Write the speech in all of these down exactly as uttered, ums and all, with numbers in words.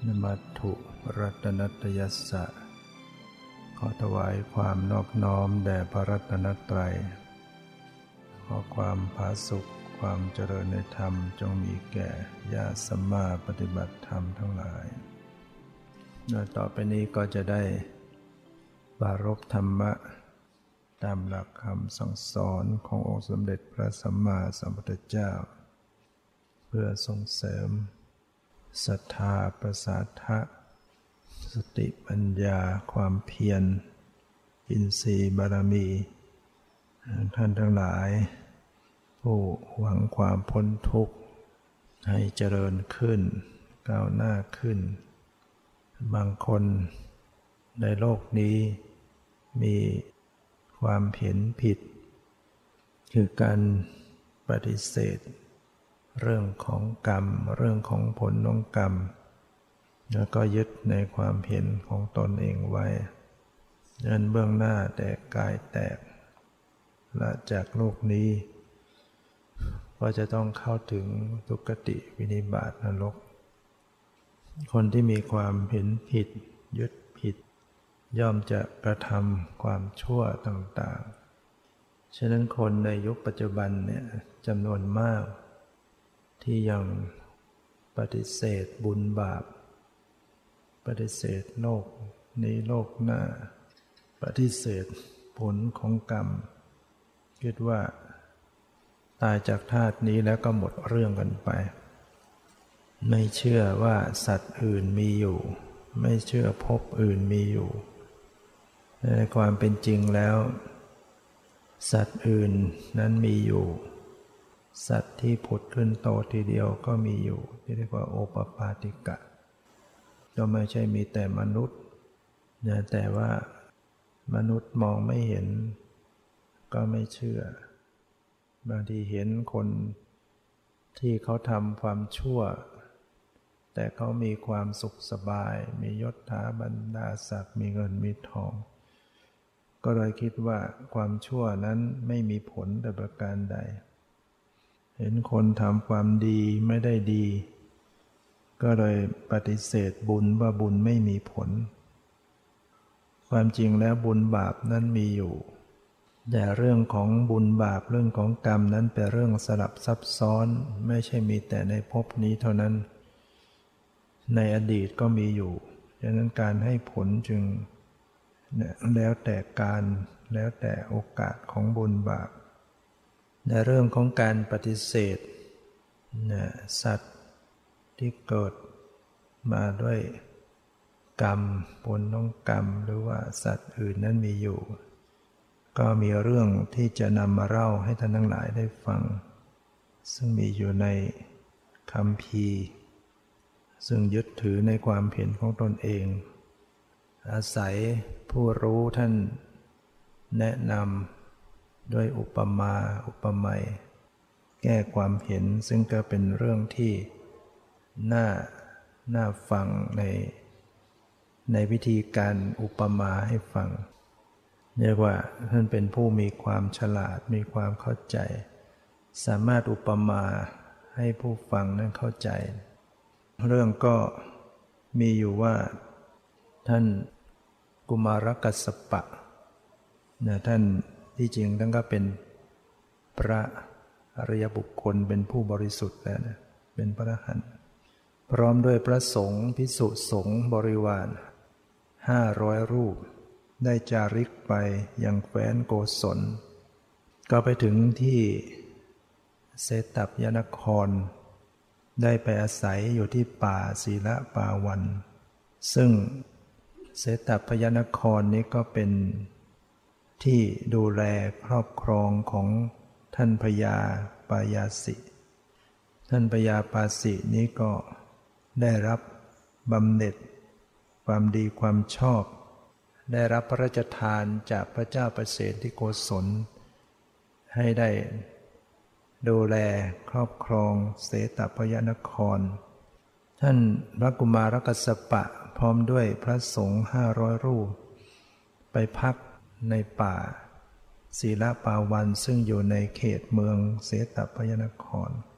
นมัตถุรัตนัตยัสสะขอถวายความนอบน้อมแด่พระรัตนตรัยขอความผาสุกความเจริญในธรรมจงมีแก่ญาติสัมมาปฏิบัติธรรมทั้งหลายโดยต่อไปนี้ก็จะได้ปรารภธรรมะตามหลักคำสั่งสอนขององค์สมเด็จพระสัมมาสัมพุทธเจ้าเพื่อส่งเสริมศรัทธาประสาทะสติปัญญาความเพียรอินทรีย์บารมีท่านทั้งหลายผู้หวังความพ้นทุกข์ให้เจริญขึ้นก้าวหน้าขึ้นบางคนในโลกนี้มีความเห็นผิดคือการปฏิเสธเรื่องของกรรมเรื่องของผลของกรรมแล้วก็ยึดในความเห็นของตนเองไว้เดินเบื้องหน้าแต่กายแตกละจากโลกนี้ก็จะต้องเข้าถึงทุกขติวินิบาตนรกคนที่มีความเห็นผิดยึดผิดย่อมจะกระทำความชั่วต่างๆฉะนั้นคนในยุคปัจจุบันเนี่ยจำนวนมากที่ยังปฏิเสธบุญบาปปฏิเสธโลกนี้โลกหน้าปฏิเสธผลของกรรมคิดว่าตายจากธาตุนี้แล้วก็หมดเรื่องกันไปไม่เชื่อว่าสัตว์อื่นมีอยู่ไม่เชื่อภพอื่นมีอยู่ในความเป็นจริงแล้วสัตว์อื่นนั้นมีอยู่สัตว์ที่ผุดขึ้นโตทีเดียวก็มีอยู่ที่เรียกว่าโอปปาติกะก็ไม่ใช่มีแต่มนุษย์นะแต่ว่ามนุษย์มองไม่เห็นก็ไม่เชื่อบางทีเห็นคนที่เขาทำความชั่วแต่เขามีความสุขสบายมียศถาบรรดาศักดิ์มีเงินมีทองก็เลยคิดว่าความชั่วนั้นไม่มีผลแต่ประการใดเห็นคนทำความดีไม่ได้ดีก็เลยปฏิเสธบุญว่าบุญไม่มีผลความจริงแล้วบุญบาปนั้นมีอยู่แต่เรื่องของบุญบาปเรื่องของกรรมนั้นเป็นเรื่องสลับซับซ้อนไม่ใช่มีแต่ในภพนี้เท่านั้นในอดีตก็มีอยู่ดังนั้นการให้ผลจึงแล้วแต่การแล้วแต่โอกาสของบุญบาปในเรื่องของการปฏิเสธสัตว์ที่เกิดมาด้วยกรรมผลของกรรมหรือว่าสัตว์อื่นนั้นมีอยู่ก็มีเรื่องที่จะนำมาเล่าให้ท่านทั้งหลายได้ฟังซึ่งมีอยู่ในคัมภีร์ซึ่งยึดถือในความเห็นของตนเองอาศัยผู้รู้ท่านแนะนำด้วยอุปมาอุปไมยแก้ความเห็นซึ่งก็เป็นเรื่องที่น่าน่าฟังในในวิธีการอุปมาให้ฟังเรียกว่าท่านเป็นผู้มีความฉลาดมีความเข้าใจสามารถอุปมาให้ผู้ฟังนั้นเข้าใจเรื่องก็มีอยู่ว่าท่านกุมารกัสสปะนะท่านที่จริงท่านก็เป็นพระอริยบุคคลเป็นผู้บริสุทธิ์แล้วนะเป็นพระอรหันต์พร้อมด้วยพระสงฆ์ภิกษุสงฆ์บริวารห้าร้อยรูปได้จาริกไปยังแคว้นโกศลก็ไปถึงที่เสตัพยนครได้ไปอาศัยอยู่ที่ป่าศีลปาวันซึ่งเสตัพยนครนี้ก็เป็นที่ดูแลครอบครองของท่านพญาปายาสิท่านพญาปาสินี้ก็ได้รับบำเหน็จความดีความชอบได้รับพระราชทานจากพระเจ้าประเสนที่โกศลให้ได้ดูแลครอบครองเสตัพยนครท่านพระกุมารกัสสปะพร้อมด้วยพระสงฆ์ห้าร้อยรูปไปพักในป่าศีลปาวันซึ่งอยู่ในเขตเมืองเสตัพยนคร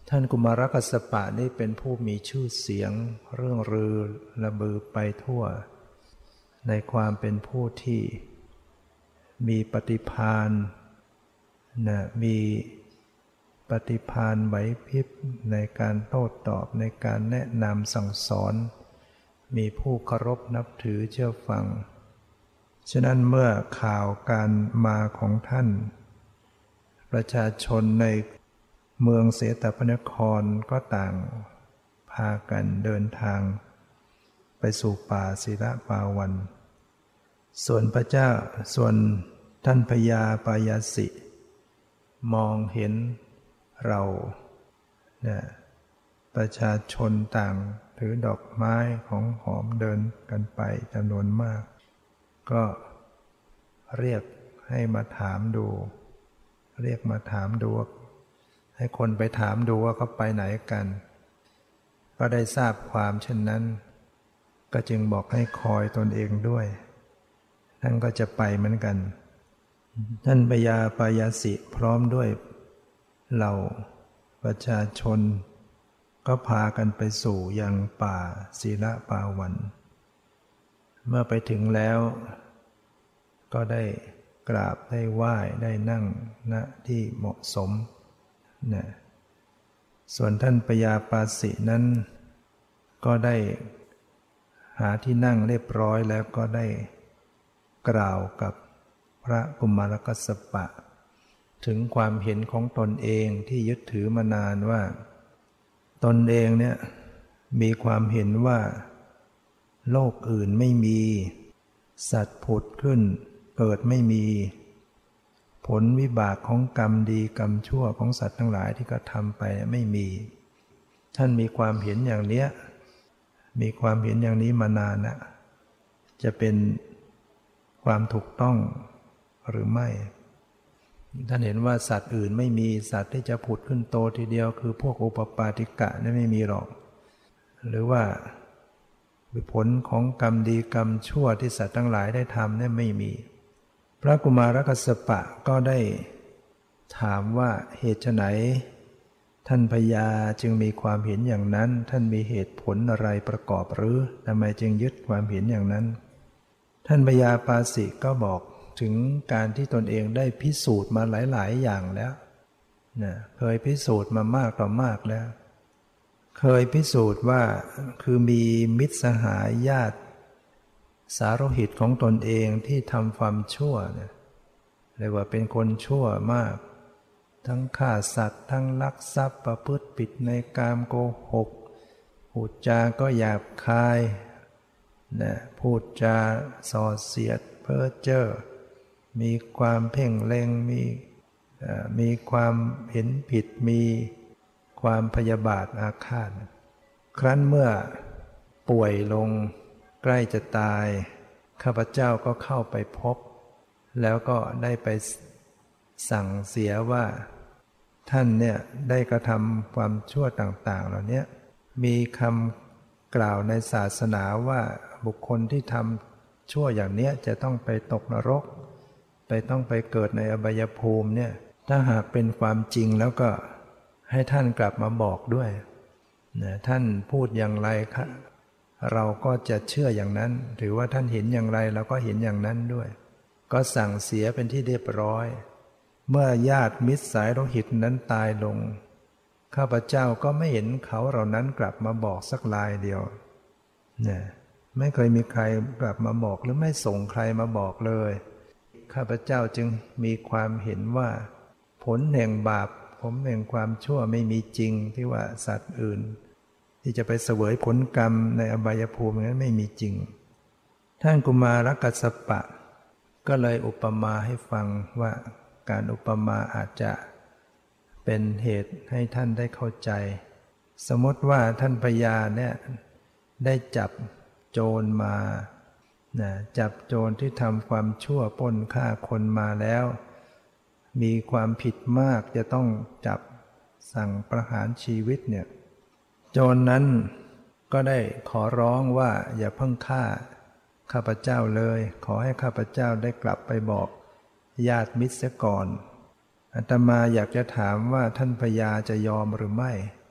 ท่านกุมารกัสสปะนี่เป็นผู้มีชื่อเสียงเรื่องลือระบือไปทั่วในความเป็นผู้ที่มีปฏิภาณนะมีปฏิภาณไหวพริบในการโต้ตอบในการแนะนำสั่งสอนมีผู้เคารพนับถือเชื่อฟังฉะนั้นเมื่อข่าวการมาของท่านประชาชนในเมืองเสตพนครก็ต่างพากันเดินทางไปสู่ป่าศิลปาวันส่วนพระเจ้าส่วนท่านพญาปายาสิมองเห็นเราเนี่ยประชาชนต่างถือดอกไม้ของหอมเดินกันไปจำนวนมากก็เรียกให้มาถามดูเรียกมาถามดูให้คนไปถามดูว่าเขาไปไหนกันก็ได้ทราบความเช่นนั้นก็จึงบอกให้คอยตนเองด้วยท่านก็จะไปเหมือนกันท่านพญาปายาสิพร้อมด้วยเหล่าประชาชนก็พากันไปสู่ยังป่าศิลปาวันเมื่อไปถึงแล้วก็ได้กราบได้ไหว้ได้นั่งณที่เหมาะสมนะส่วนท่านพญาปาสินั้นก็ได้หาที่นั่งเรียบร้อยแล้วก็ได้กล่าวกับพระกุมารกัสสปะถึงความเห็นของตนเองที่ยึดถือมานานว่าตนเองเนี่ยมีความเห็นว่าโลกอื่นไม่มีสัตว์ผุดขึ้นเกิดไม่มีผลวิบากของกรรมดีกรรมชั่วของสัตว์ทั้งหลายที่กระทำไปไม่มีท่านมีความเห็นอย่างเนี้ยมีความเห็นอย่างนี้มานานนะจะเป็นความถูกต้องหรือไม่ท่านเห็นว่าสัตว์อื่นไม่มีสัตว์ที่จะผุดขึ้นโตทีเดียวคือพวกอุปปาติกะนี่ไม่มีหรอกหรือว่าผลของกรรมดีกรรมชั่วที่สัตว์ทั้งหลายได้ทำนี่ไม่มีพระกุมารกัสสปะก็ได้ถามว่าเหตุไฉนท่านพญาจึงมีความเห็นอย่างนั้นท่านมีเหตุผลอะไรประกอบหรือทำไมจึงยึดความเห็นอย่างนั้นท่านพญาปาสิก็บอกถึงการที่ตนเองได้พิสูจน์มาหลายๆอย่างแล้วนะเคยพิสูจน์มามากต่อมากแล้วเคยพิสูจน์ว่าคือมีมิตรสหายญาติสาโรหิตของตนเองที่ทำความชั่วเนี่ยเรียกว่าเป็นคนชั่วมากทั้งฆ่าสัตว์ทั้งลักทรัพย์ประพฤติผิดในกามโกหกพูดจาก็หยาบคายนะพูดจาส่อเสียดเพ้อเจ้อมีความเพ่งเล็งมีมีความเห็นผิดมีความพยาบาทอาฆาตครั้นเมื่อป่วยลงใกล้จะตายข้าพเจ้าก็เข้าไปพบแล้วก็ได้ไปสั่งเสียว่าท่านเนี่ยได้กระทำความชั่วต่างๆเหล่านี้มีคำกล่าวในศาสนาว่าบุคคลที่ทำชั่วอย่างนี้จะต้องไปตกนรกไปต้องไปเกิดในอบายภูมิเนี่ยถ้าหากเป็นความจริงแล้วก็ให้ท่านกลับมาบอกด้วยนะท่านพูดอย่างไรคะเราก็จะเชื่ออย่างนั้นหรือว่าท่านเห็นอย่างไรเราก็เห็นอย่างนั้นด้วยก็สั่งเสียเป็นที่เรียบร้อยเมื่อญาติมิตรสายโลหิตนั้นตายลงข้าพเจ้าก็ไม่เห็นเขาเหล่านั้นกลับมาบอกสักลายเดียวเนี่ยไม่เคยมีใครกลับมาบอกหรือไม่ส่งใครมาบอกเลยข้าพเจ้าจึงมีความเห็นว่าผลแห่งบาปผลแห่งความชั่วไม่มีจริงที่ว่าสัตว์อื่นที่จะไปเสวยผลกรรมในอบายภูมินั้นไม่มีจริงท่านกุมารกัสสปะก็เลยอุปมาให้ฟังว่าการอุปมาอาจจะเป็นเหตุให้ท่านได้เข้าใจสมมติว่าท่านพญาเนี่ยได้จับโจรมานะจับโจรที่ทำความชั่วปล้นฆ่าคนมาแล้วมีความผิดมากจะต้องจับสั่งประหารชีวิตเนี่ยโจรนั้นก็ได้ขอร้องว่าอย่าเพิ่งฆ่าข้าพเจ้าเลยขอให้ข้าพเจ้าได้กลับไปบอกญาติมิตรเสียก่อนอาตมาอยากจะถามว่าท่านพญาจะยอมหรือไม่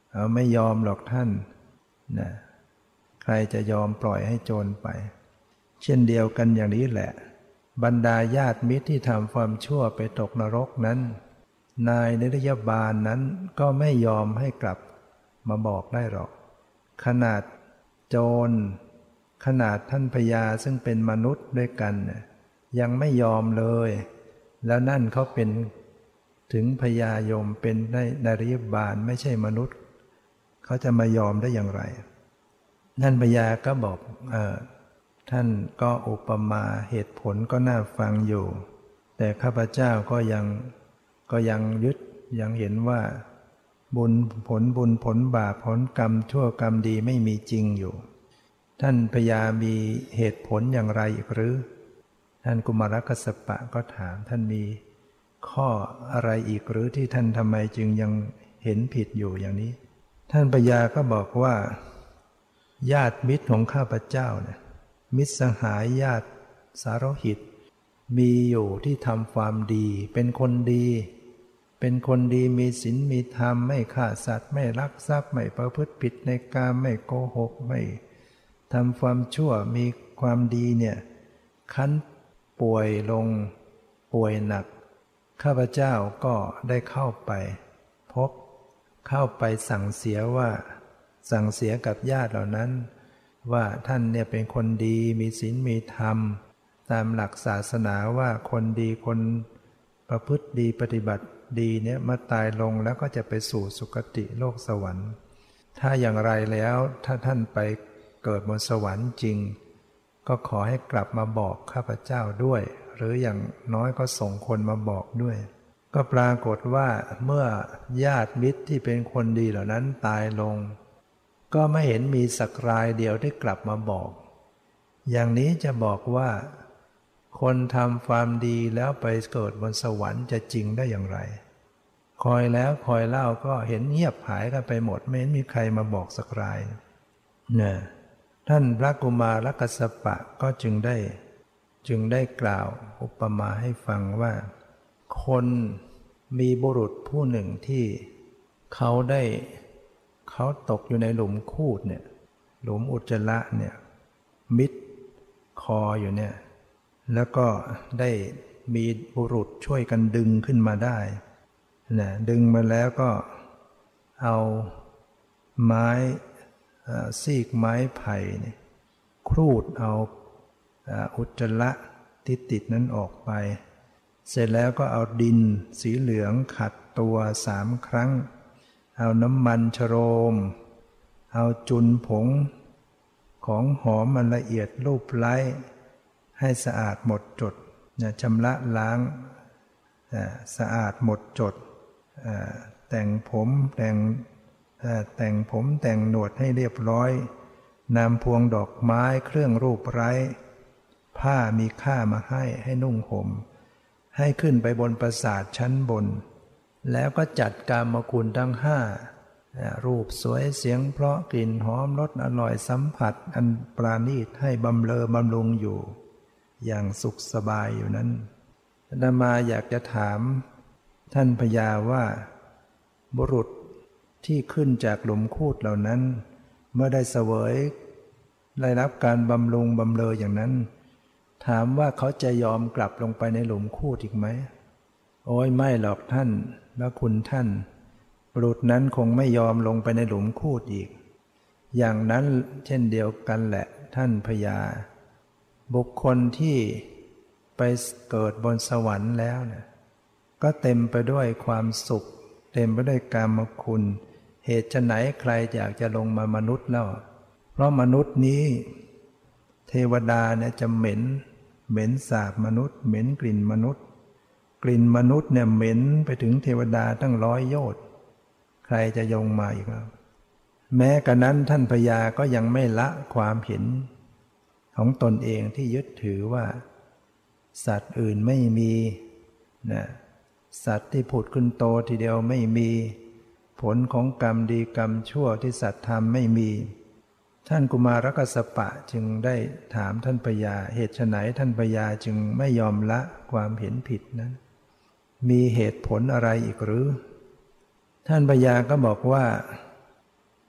เอาไม่ยอมหรอกท่านนะใครจะยอมปล่อยให้โจรไปเช่นเดียวกันอย่างนี้แหละบรรดาญาติมิตรที่ทำความชั่วไปตกนรกนั้นนายนิรยบาลนั้นก็ไม่ยอมให้กลับมาบอกได้หรอกขนาดโจรขนาดท่านพญาซึ่งเป็นมนุษย์ด้วยกันยังไม่ยอมเลยแล้วนั่นเขาเป็นถึงพญายมเป็นนายนิรยบาลไม่ใช่มนุษย์เขาจะมายอมได้อย่างไรนั่นพญาก็บอกเออท่านก็อุปมาเหตุผลก็น่าฟังอยู่แต่ข้าพเจ้าก็ยังก็ยังยึดยังเห็นว่าบุญผลบุญผลบาปผลกรรมชั่วกรรมดีไม่มีจริงอยู่ท่านพญามีเหตุผลอย่างไรอีกหรือท่านกุมารกัสสปะก็ถามท่านมีข้ออะไรอีกหรือที่ท่านทำไมจึงยังเห็นผิดอยู่อย่างนี้ท่านพญาก็บอกว่าญาติมิตรของข้าพเจ้าเนี่ยมิตรสหายญาติสาโรหิตมีอยู่ที่ทำความดีเป็นคนดีเป็นคนดีมีศีลมีธรรมไม่ฆ่าสัตว์ไม่ลักทรัพย์ไม่ประพฤติผิดในกามไม่โกหกไม่ทำความชั่วมีความดีเนี่ยคันป่วยลงป่วยหนักข้าพเจ้าก็ได้เข้าไปพบเข้าไปสั่งเสียว่าสั่งเสียกับญาติเหล่านั้นว่าท่านเนี่ยเป็นคนดีมีศีลมีธรรมตามหลักศาสนาว่าคนดีคนประพฤติดีปฏิบัติดีเนี่ยมาตายลงแล้วก็จะไปสู่สุคติโลกสวรรค์ถ้าอย่างไรแล้วถ้าท่านไปเกิดบนสวรรค์จริงก็ขอให้กลับมาบอกข้าพเจ้าด้วยหรืออย่างน้อยก็ส่งคนมาบอกด้วยก็ปรากฏว่าเมื่อญาติมิตรที่เป็นคนดีเหล่านั้นตายลงก็ไม่เห็นมีสักรายเดียวที่กลับมาบอกอย่างนี้จะบอกว่าคนทำความดีแล้วไปเกิดบนสวรรค์จะจริงได้อย่างไรคอยแล้วคอยเล่าก็เห็นเงียบหายกันไปหมดไม่เห็นมีใครมาบอกสักรายเนี่ยท่านพระกุมารกัสสปะก็จึงได้จึงได้กล่าวอุปมาให้ฟังว่าคนมีบุรุษผู้หนึ่งที่เขาได้เขาตกอยู่ในหลุมคูดเนี่ยหลุมอุจจาระเนี่ยมิดคออยู่เนี่ยแล้วก็ได้มีบุรุษช่วยกันดึงขึ้นมาได้นะดึงมาแล้วก็เอาไม้ซีกไม้ไผ่เนี่ยครูดเอาอุจจาระที่ติดนั้นออกไปเสร็จแล้วก็เอาดินสีเหลืองขัดตัวสามครั้งเอาน้ำมันชโรมเอาจุลผงของหอมมันละเอียดลูบไล้ให้สะอาดหมดจดชำระล้างสะอาดหมดจดแต่งผมแต่งแต่งผมแต่งหนวดให้เรียบร้อยนำพวงดอกไม้เครื่องรูปไร้ผ้ามีค่ามาให้ให้นุ่งห่มให้ขึ้นไปบนปราสาทชั้นบนแล้วก็จัดกามคุณทั้งห้ารูปสวยเสียงเพราะกลิ่นหอมรสอร่อยสัมผัสอันปราณีตให้บำเรอบำรุงอยู่อย่างสุขสบายอยู่นั้นอาตมาอยากจะถามท่านพญาว่าบุรุษที่ขึ้นจากหลุมคูดเหล่านั้นเมื่อได้เสวยได้รับการบำรุงบำเรออย่างนั้นถามว่าเขาจะยอมกลับลงไปในหลุมคูดอีกไหมโอ้ยไม่หรอกท่านพระคุณท่านบุรุษนั้นคงไม่ยอมลงไปในหลุมคูดอีกอย่างนั้นเช่นเดียวกันแหละท่านพญาบุคคลที่ไปเกิดบนสวรรค์แล้วเนี่ยก็เต็มไปด้วยความสุขเต็มไปด้วยกามคุณเหตุไฉนใครอยากจะลงมามนุษย์แล้วเพราะมนุษย์นี้เทวดาเนี่ยจะเหม็นเหม็นสาบมนุษย์เหม็นกลิ่นมนุษย์กลิ่นมนุษย์เนี่ยเหม็นไปถึงเทวดาตั้งร้อยโยชน์ใครจะยงมาอีกแล้วแม้กระนั้นท่านพญาก็ยังไม่ละความเห็นของตนเองที่ยึดถือว่าสัตว์อื่นไม่มีนะสัตว์ที่ผุดขึ้นโตทีเดียวไม่มีผลของกรรมดีกรรมชั่วที่สัตว์ทำไม่มีท่านกุมารกัสสปะจึงได้ถามท่านพญาเหตุไฉนท่านพญาจึงไม่ยอมละความเห็นผิดนั้นมีเหตุผลอะไรอีกหรือท่านพญาก็บอกว่า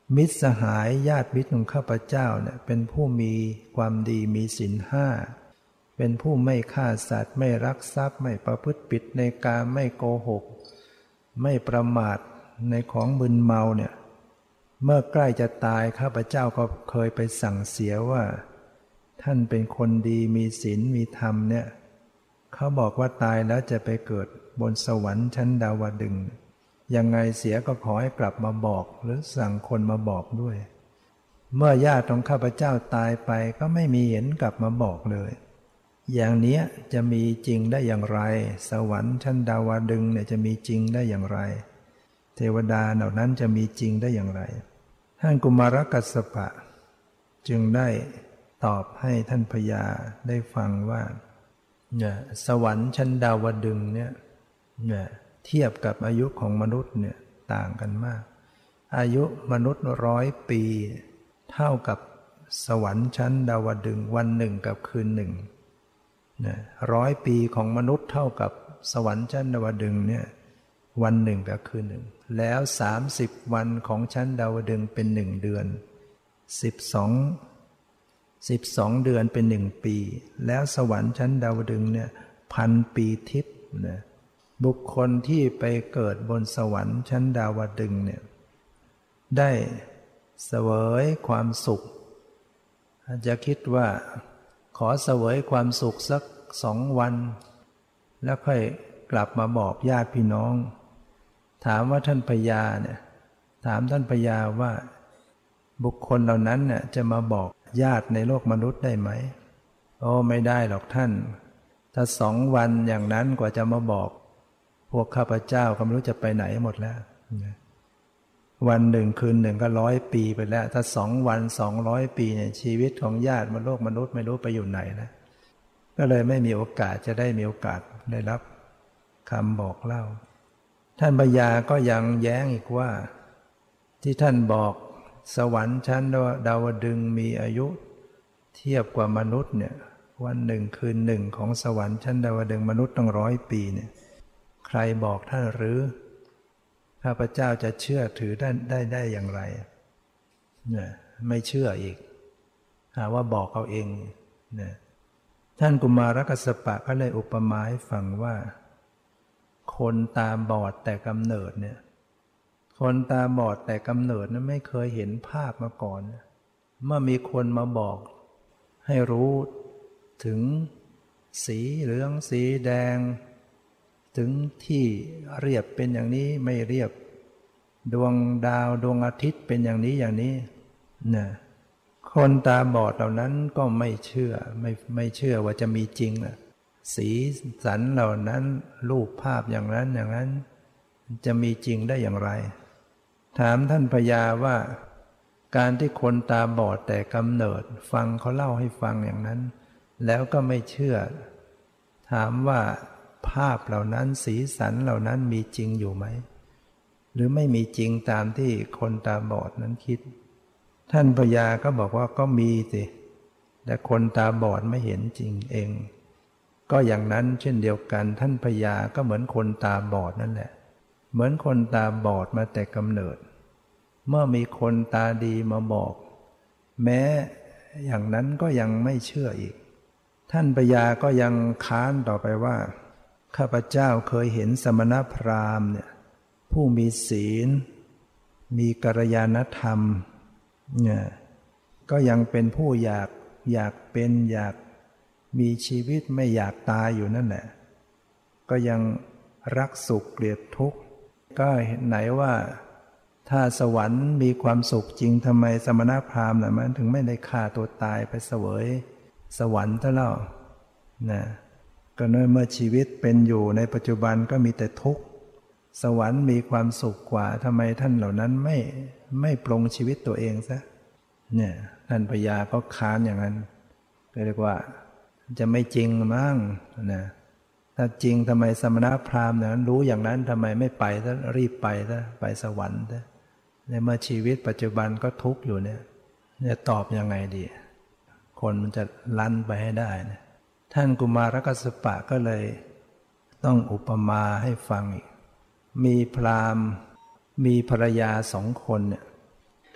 มิตรสหายญาติมิตรของข้าพเจ้าเนี่ยเป็นผู้มีความดีมีศีลห้าเป็นผู้ไม่ฆ่าสัตว์ไม่ลักทรัพย์ไม่ประพฤติผิดในกามไม่โกหกไม่ประมาทในของมึนเมาเนี่ยเมื่อใกล้จะตายข้าพเจ้าก็เคยไปสั่งเสียว่าท่านเป็นคนดีมีศีลมีธรรมเนี่ยเขาบอกว่าตายแล้วจะไปเกิดบนสวรรค์ชั้นดาวดึงส์ยังไงเสียก็ขอให้กลับมาบอกหรือสั่งคนมาบอกด้วยเมื่อญาติของข้าพเจ้าตายไปก็ไม่มีเห็นกลับมาบอกเลยอย่างนี้จะมีจริงได้อย่างไรสวรรค์ชั้นดาวดึงส์เนี่ยจะมีจริงได้อย่างไรเทวดาเหล่านั้นจะมีจริงได้อย่างไรท่านกุมารกัสสปะจึงได้ตอบให้ท่านพญาได้ฟังว่าเนี่ยสวรรค์ชั้นดาวดึงส์เนี่ยเนี่ยเทียบกับอายุของมนุษย์เนี่ยต่างกันมากอายุมนุษย์ร้อยปีเท่ากับสวรรค์ชั้นดาวดึงส์วันหนึ่งกับคืนหนึ่งนะร้อยปีของมนุษย์เท่ากับสวรรค์ชั้นดาวดึงส์เนี่ยวันหนึ่งกับคืนหนึ่งแล้วสามสิบวันของชั้นดาวดึงส์เป็นหนึ่งเดือนสิบสองสิบสองเดือนเป็นหนึ่งปีแล้วสวรรค์ชั้นดาวดึงส์เนี่ยพันปีทิพย์นะบุคคลที่ไปเกิดบนสวรรค์ชั้นดาวดึงส์เนี่ยได้เสวยความสุขอาจจะคิดว่าขอเสวยความสุขสักสองวันแล้วค่อยกลับมาบอกญาติพี่น้องถามว่าท่านพญาเนี่ยถามท่านพญาว่าบุคคลเหล่านั้นเนี่ยจะมาบอกญาติในโลกมนุษย์ได้ไหมโอ้ไม่ได้หรอกท่านถ้าสองวันอย่างนั้นกว่าจะมาบอกพวกข้าพเจ้าก็ไม่รู้จะไปไหนหมดแล้ววันหนึ่งคืนหนึ่งก็ร้อยปีไปแล้วถ้าสองวันสองร้อยปีเนี่ยชีวิตของญาติบนโลกมนุษย์ไม่รู้ไปอยู่ไหนแล้วก็เลยไม่มีโอกาสจะได้มีโอกาสได้รับคำบอกเล่าท่านพญาก็ยังแย้งอีกว่าที่ท่านบอกสวรรค์ชั้นดาวดึงส์มีอายุเทียบกว่ามนุษย์เนี่ยวันหนึ่งคืนหนึ่งของสวรรค์ชั้นดาวดึงส์มนุษย์ตั้งร้อยปีเนี่ยใครบอกท่านหรือข้าพเจ้าจะเชื่อถือได้ได้ได้อย่างไรเนี่ยไม่เชื่ออีกหาว่าบอกเอาเองเนี่ยท่านกุมารกัสสปะก็เลยอุปมาให้ฟังว่าคนตาบอดแต่กำเนิดเนี่ยคนตาบอดแต่กำเนิดนั้นไม่เคยเห็นภาพมาก่อนเมื่อมีคนมาบอกให้รู้ถึงสีเหลืองสีแดงถึงที่เรียบเป็นอย่างนี้ไม่เรียบดวงดาวดวงอาทิตย์เป็นอย่างนี้อย่างนี้นะคนตาบอดเหล่านั้นก็ไม่เชื่อไม่ไม่เชื่อว่าจะมีจริงนะสีสันเหล่านั้นรูปภาพอย่างนั้นอย่างนั้นจะมีจริงได้อย่างไรถามท่านพญาว่าการที่คนตาบอดแต่กำเนิดฟังเขาเล่าให้ฟังอย่างนั้นแล้วก็ไม่เชื่อถามว่าภาพเหล่านั้นสีสันเหล่านั้นมีจริงอยู่ไหมหรือไม่มีจริงตามที่คนตาบอดนั้นคิดท่านพญาก็บอกว่าก็มีสิแต่คนตาบอดไม่เห็นจริงเองก็อย่างนั้นเช่นเดียวกันท่านพญาก็เหมือนคนตาบอดนั่นแหละเหมือนคนตาบอดมาแต่กำเนิดเมื่อมีคนตาดีมาบอกแม้อย่างนั้นก็ยังไม่เชื่ออีกท่านพญาก็ยังค้านต่อไปว่าข้าพเจ้าเคยเห็นสมณพราหมณ์เนี่ยผู้มีศีลมีกัลยาณธรรมเนี่ยก็ยังเป็นผู้อยากอยากเป็นอยากมีชีวิตไม่อยากตายอยู่นั่นแหละก็ยังรักสุขเกลียดทุกข์ก็เห็นไหนว่าถ้าสวรรค์มีความสุขจริงทำไมสมณพราหมณ์น่ะมันถึงไม่ได้ฆ่าตัวตายไปเสวยสวรรค์เท่าเล่านะก็เมื่อชีวิตเป็นอยู่ในปัจจุบันก็มีแต่ทุกข์สวรรค์มีความสุขกว่าทำไมท่านเหล่านั้นไม่ไม่ปลงชีวิตตัวเองซะเนี่ยท่านพญาก็ค้านอย่างนั้นก็เรียกว่าจะไม่จริงมั้งนะถ้าจริงทำไมสมณพราหมณ์นั้นรู้อย่างนั้นทำไมไม่ไปซะรีบไปซะไปสวรรค์ซะในเมื่อชีวิตปัจจุบันก็ทุกข์อยู่เนี่ยจะตอบยังไงดีคนมันจะลั่นไปให้ได้นะท่านกุมารกัสสปะก็เลยต้องอุปมาให้ฟังอีกมีพราหมณ์มีภรรยาสองคนเนี่ยค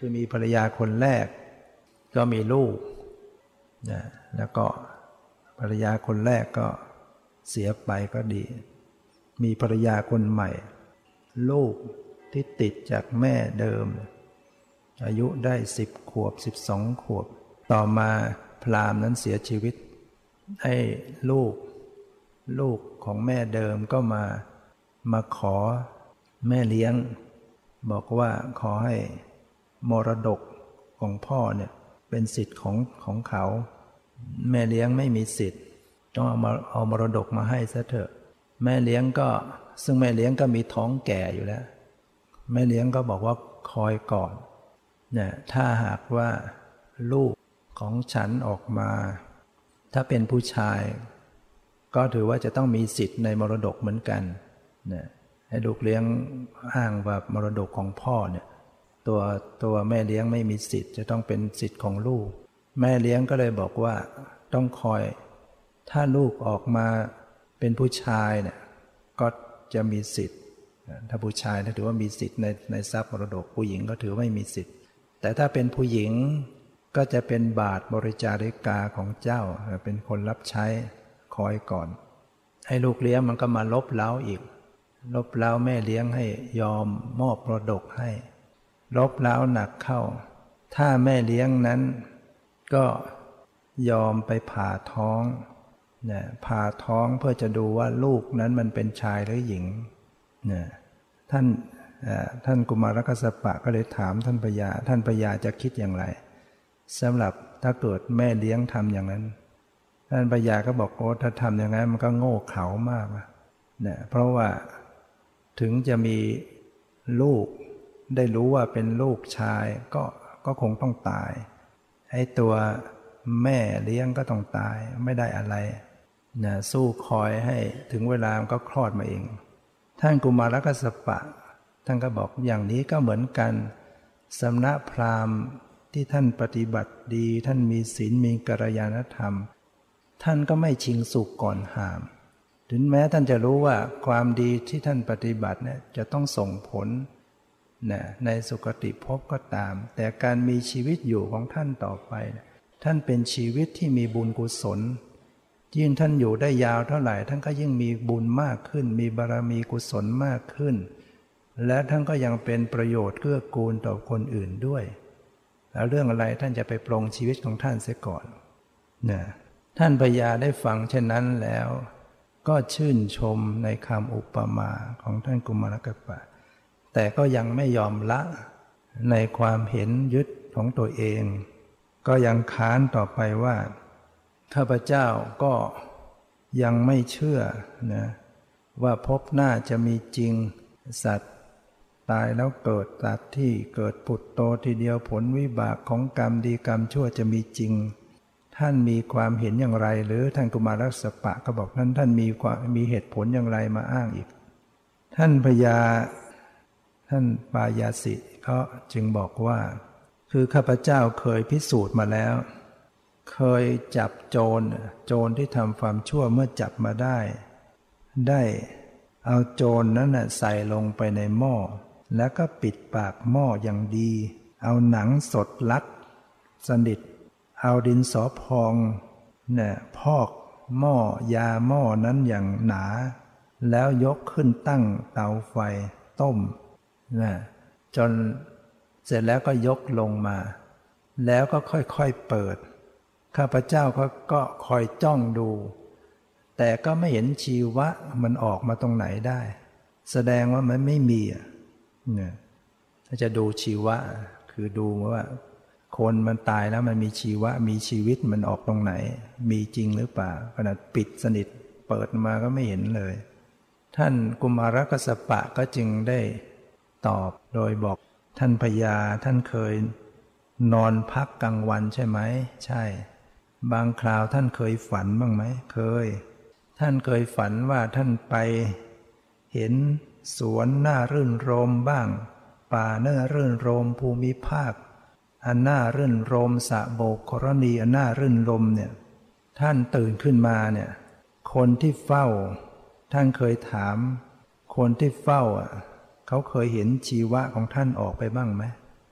คือมีภรรยาคนแรกก็มีลูกนะแล้วก็ภรรยาคนแรกก็เสียไปก็ดีมีภรรยาคนใหม่ลูกที่ติดจากแม่เดิมอายุได้สิบขวบสิบสองขวบต่อมาพราหมณ์นั้นเสียชีวิตให้ลูกลูกของแม่เดิมก็มามาขอแม่เลี้ยงบอกว่าขอให้มรดกของพ่อเนี่ยเป็นสิทธิ์ของของเขาแม่เลี้ยงไม่มีสิทธิ์ต้องเอามาเอามรดกมาให้ซะเถอะแม่เลี้ยงก็ซึ่งแม่เลี้ยงก็มีท้องแก่อยู่แล้วแม่เลี้ยงก็บอกว่าคอยก่อนเนี่ยถ้าหากว่าลูกของฉันออกมาถ้าเป็นผู้ชายก็ถือว่าจะต้องมีสิทธิ์ในมรดกเหมือนกันเนี่ยให้ลูกเลี้ยงอ้างว่ามรดกของพ่อเนี่ยตัวตัวแม่เลี้ยงไม่มีสิทธิ์จะต้องเป็นสิทธิ์ของลูกแม่เลี้ยงก็เลยบอกว่าต้องคอยถ้าลูกออกมาเป็นผู้ชายเนี่ยก็จะมีสิทธิ์ถ้าผู้ชายถือว่ามีสิทธิ์ในในทรัพย์มรดกผู้หญิงก็ถือไม่มีสิทธิ์แต่ถ้าเป็นผู้หญิงก็จะเป็นบาทบริจาริกาของเจ้าเป็นคนรับใช้คอยก่อนให้ลูกเลี้ยงมันก็มาลบเล้าอีกลบเล้าแม่เลี้ยงให้ยอมมอบมรดกให้ลบเล้าหนักเข้าถ้าแม่เลี้ยงนั้นก็ยอมไปผ่าท้องเนี่ยผ่าท้องเพื่อจะดูว่าลูกนั้นมันเป็นชายหรือหญิงเนี่ยท่านท่านกุมารกัสสปะก็เลยถามท่านพญาท่านพญาจะคิดอย่างไรสำหรับถ้าเกิดแม่เลี้ยงทำอย่างนั้นท่านพญาก็บอกโอ้ถ้าทำอย่างนั้นมันก็โง่เขลามากเนี่ยเพราะว่าถึงจะมีลูกได้รู้ว่าเป็นลูกชายก็ก็คงต้องตายไอ้ตัวแม่เลี้ยงก็ต้องตายไม่ได้อะไรนะสู้คอยให้ถึงเวลามันก็คลอดมาเองท่านกุมารกัสสปะท่านก็บอกอย่างนี้ก็เหมือนกันสำนักพราหมณ์ที่ท่านปฏิบัติดีท่านมีศีลมีกัลยาณธรรมท่านก็ไม่ชิงสุกก่อนหามถึงแม้ท่านจะรู้ว่าความดีที่ท่านปฏิบัติเนี่ยจะต้องส่งผลนะในสุคติภพก็ตามแต่การมีชีวิตอยู่ของท่านต่อไปท่านเป็นชีวิตที่มีบุญกุศลยิ่งท่านอยู่ได้ยาวเท่าไหร่ท่านก็ยิ่งมีบุญมากขึ้นมีบารมีกุศลมากขึ้นและท่านก็ยังเป็นประโยชน์เกื้อกูลต่อคนอื่นด้วยแล้วเรื่องอะไรท่านจะไปปรงชีวิตของท่านเสียก่อนนะท่านพญาได้ฟังเช่นนั้นแล้วก็ชื่นชมในคำอุปมาของท่านกุมารกัสสปะแต่ก็ยังไม่ยอมละในความเห็นยึดของตัวเองก็ยังค้านต่อไปว่าข้าพเจ้าก็ยังไม่เชื่อนะว่าภพหน้าจะมีจริงสัตว์ตายแล้วเกิดสัตว์ที่เกิดผุดโตทีเดียวผลวิบากของกรรมดีกรรมชั่วจะมีจริงท่านมีความเห็นอย่างไรหรือท่านกุมารกัสสปะก็บอกท่านท่านมีความมีเหตุผลอย่างไรมาอ้างอีกท่านพญาท่านปายาสิก็จึงบอกว่าคือข้าพเจ้าเคยพิสูจน์มาแล้วเคยจับโจรโจรที่ทำความชั่วเมื่อจับมาได้ได้เอาโจรนั้นน่ะใส่ลงไปในหม้อแล้วก็ปิดปากหม้ออย่างดีเอาหนังสดลัดสนิทเอาดินสอพองเนี่ยพอกหม้อยาหม้อนั้นอย่างหนาแล้วยกขึ้นตั้งเตาไฟต้มนะจนเสร็จแล้วก็ยกลงมาแล้วก็ค่อยๆเปิดข้าพเจ้าก็ก็คอยจ้องดูแต่ก็ไม่เห็นชีวะมันออกมาตรงไหนได้แสดงว่ามันไม่มีอ่ะเนี่ยถ้าจะดูชีวะคือดูว่าคนมันตายแล้วมันมีชีวะมีชีวิตมันออกตรงไหนมีจริงหรือเปล่าขนาดปิดสนิทเปิดมาก็ไม่เห็นเลยท่านกุมารกัสสปะก็จึงได้ตอบโดยบอกท่านพญาท่านเคยนอนพักกลางวันใช่ไหมใช่บางคราวท่านเคยฝันบ้างไหมเคยท่านเคยฝันว่าท่านไปเห็นสวนน่ารื่นรมบ้างป่าน่ารื่นรมภูมิภาคอันน่ารื่นรมสะโบกกรณีอันน่ารื่นรมเนี่ยท่านตื่นขึ้นมาเนี่ยคนที่เฝ้าท่านเคยถามคนที่เฝ้าอ่ะเขาเคยเห็นชีวะของท่านออกไปบ้างไหม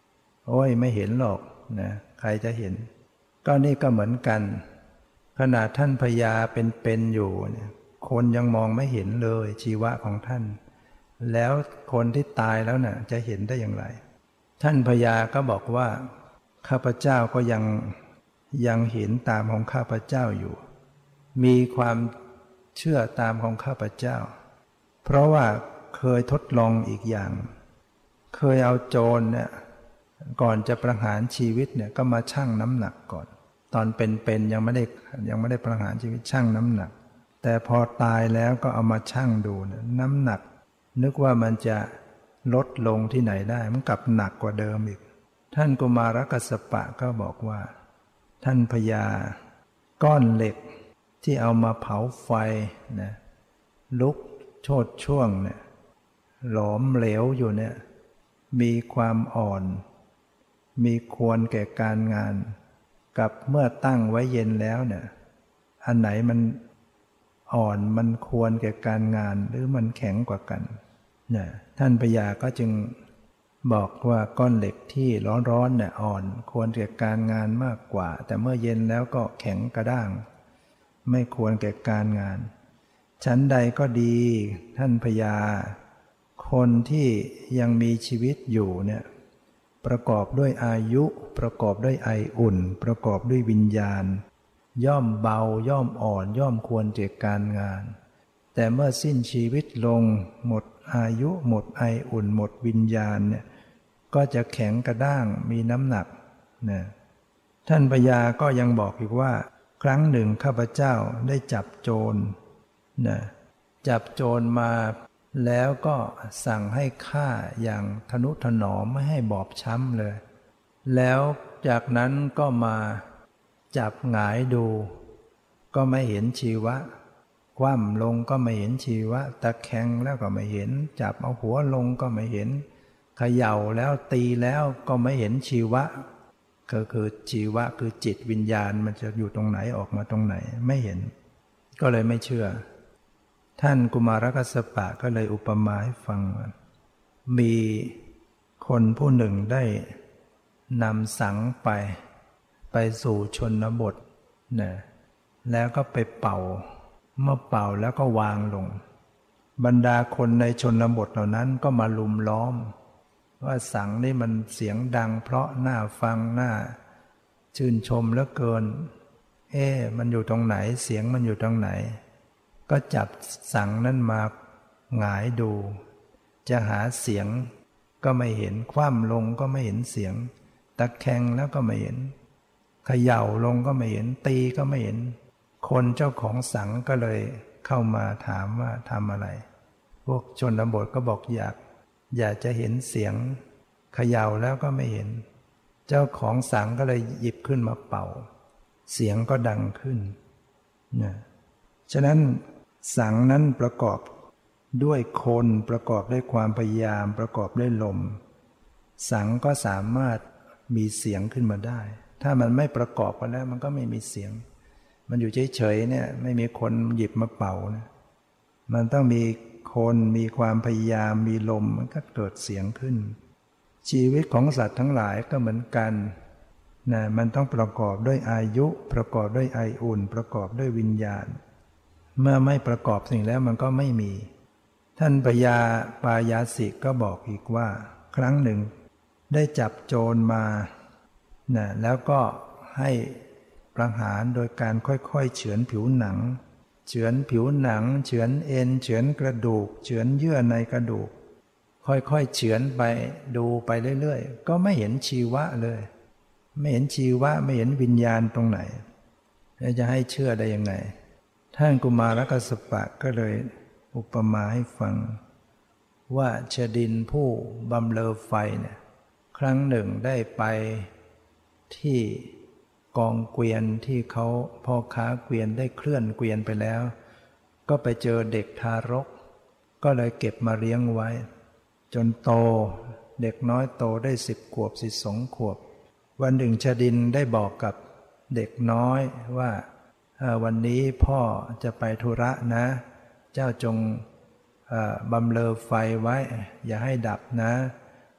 โอ้ยไม่เห็นหรอกนะใครจะเห็นก็นี่ก็เหมือนกันขนาดท่านพญาเป็นๆอยู่เนี่ยคนยังมองไม่เห็นเลยชีวะของท่านแล้วคนที่ตายแล้วน่ะจะเห็นได้อย่างไรท่านพญาก็บอกว่าข้าพเจ้าก็ยังยังเห็นตามของข้าพเจ้าอยู่มีความเชื่อตามของข้าพเจ้าเพราะว่าเคยทดลองอีกอย่างเคยเอาโจรเนี่ยก่อนจะประหารชีวิตเนี่ยก็มาชั่งน้ำหนักก่อนตอนเป็นๆยังไม่ได้ยังไม่ได้ประหารชีวิตชั่งน้ำหนักแต่พอตายแล้วก็เอามาชั่งดูเนี่ยน้ำหนักนึกว่ามันจะลดลงที่ไหนได้มันกลับหนักกว่าเดิมอีกท่านกุมารกัสสปะก็บอกว่าท่านพญาก้อนเหล็กที่เอามาเผาไฟนะลุกโชติช่วงเนี่ยหลอมเหลวอยู่เนี่ยมีความอ่อนมีควรแก่การงานกับเมื่อตั้งไว้เย็นแล้วเนี่ยอันไหนมันอ่อนมันควรแก่การงานหรือมันแข็งกว่ากันเนี่ยท่านพญาก็จึงบอกว่าก้อนเหล็กที่ร้อนๆเนี่ยอ่อนควรแก่การงานมากกว่าแต่เมื่อเย็นแล้วก็แข็งกระด้างไม่ควรแก่การงานชั้นใดก็ดีท่านพญาคนที่ยังมีชีวิตอยู่เนี่ยประกอบด้วยอายุประกอบด้วยไออุ่นประกอบด้วยวิญญาณย่อมเบาย่อมอ่อนย่อมควรแก่การงานแต่เมื่อสิ้นชีวิตลงหมดอายุหมดไออุ่นหมดวิญญาณเนี่ยก็จะแข็งกระด้างมีน้ำหนักนะท่านพญาก็ยังบอกอีกว่าครั้งหนึ่งข้าพเจ้าได้จับโจรนะจับโจรมาแล้วก็สั่งให้ฆ่าอย่างทนุถนอมไม่ให้บอบช้ำเลยแล้วจากนั้นก็มาจับหงายดูก็ไม่เห็นชีวะคว่ำลงก็ไม่เห็นชีวะตะแคงแล้วก็ไม่เห็นจับเอาหัวลงก็ไม่เห็นเขย่าแล้วตีแล้วก็ไม่เห็นชีวะก็คือชีวะคือจิตวิญญาณมันจะอยู่ตรงไหนออกมาตรงไหนไม่เห็นก็เลยไม่เชื่อท่านกุมารกัสสปะก็เลยอุปมาให้ฟังว่ามีคนผู้หนึ่งได้นำสังไปไปสู่ชนบทนะแล้วก็ไปเป่าเมื่อเป่าแล้วก็วางลงบรรดาคนในชนบทเหล่านั้นก็มาลุมล้อมว่าสังนี่มันเสียงดังเพราะน่าฟังน่าชื่นชมเหลือเกินเอ๊ะมันอยู่ตรงไหนเสียงมันอยู่ตรงไหนก็จับสังนั้นมาหงายดูจะหาเสียงก็ไม่เห็นคว่ำลงก็ไม่เห็นเสียงตะแคงแล้วก็ไม่เห็นเขย่าลงก็ไม่เห็นตีก็ไม่เห็นคนเจ้าของสังก็เลยเข้ามาถามว่าทำอะไรพวกชนบทก็บอกอยากอยากจะเห็นเสียงเขย่าแล้วก็ไม่เห็นเจ้าของสังก็เลยหยิบขึ้นมาเป่าเสียงก็ดังขึ้นนะฉะนั้นสังนั้นประกอบด้วยคนประกอบด้วยความพยายามประกอบด้วยลมสังก็สามารถมีเสียงขึ้นมาได้ถ้ามันไม่ประกอบกันแล้วมันก็ไม่มีเสียงมันอยู่เฉยๆเนี่ยไม่มีคนหยิบมาเป่านะมันต้องมีคนมีความพยายามมีลมมันก็เกิดเสียงขึ้นชีวิตของสัตว์ทั้งหลายก็เหมือนกันนะมันต้องประกอบด้วยอายุประกอบด้วยไออุ่นประกอบด้วยวิญญาณเมื่อไม่ประกอบสิ่งแล้วมันก็ไม่มีท่านพญาปายาสิก็บอกอีกว่าครั้งหนึ่งได้จับโจรมานะแล้วก็ให้ประหารโดยการค่อยๆเฉือนผิวหนังเฉือนผิวหนังเฉือนเอ็นเฉือนกระดูกเฉือนเยื่อในกระดูกค่อยๆเฉือนไปดูไปเรื่อยๆก็ไม่เห็นชีวะเลยไม่เห็นชีวะไม่เห็นวิญญาณตรงไหนแล้วจะให้เชื่อได้ยังไงท่านกุมารกัสสปะก็เลยอุปมาให้ฟังว่าชดินผู้บำเรอไฟเนี่ยครั้งหนึ่งได้ไปที่กองเกวียนที่เขาพ่อค้าเกวียนได้เคลื่อนเกวียนไปแล้วก็ไปเจอเด็กทารกก็เลยเก็บมาเลี้ยงไว้จนโตเด็กน้อยโตได้สิบขวบสิบสองขวบวันหนึ่งชดินได้บอกกับเด็กน้อยว่าวันนี้พ่อจะไปธุระนะเจ้าจงบำเรอไฟไว้อย่าให้ดับนะ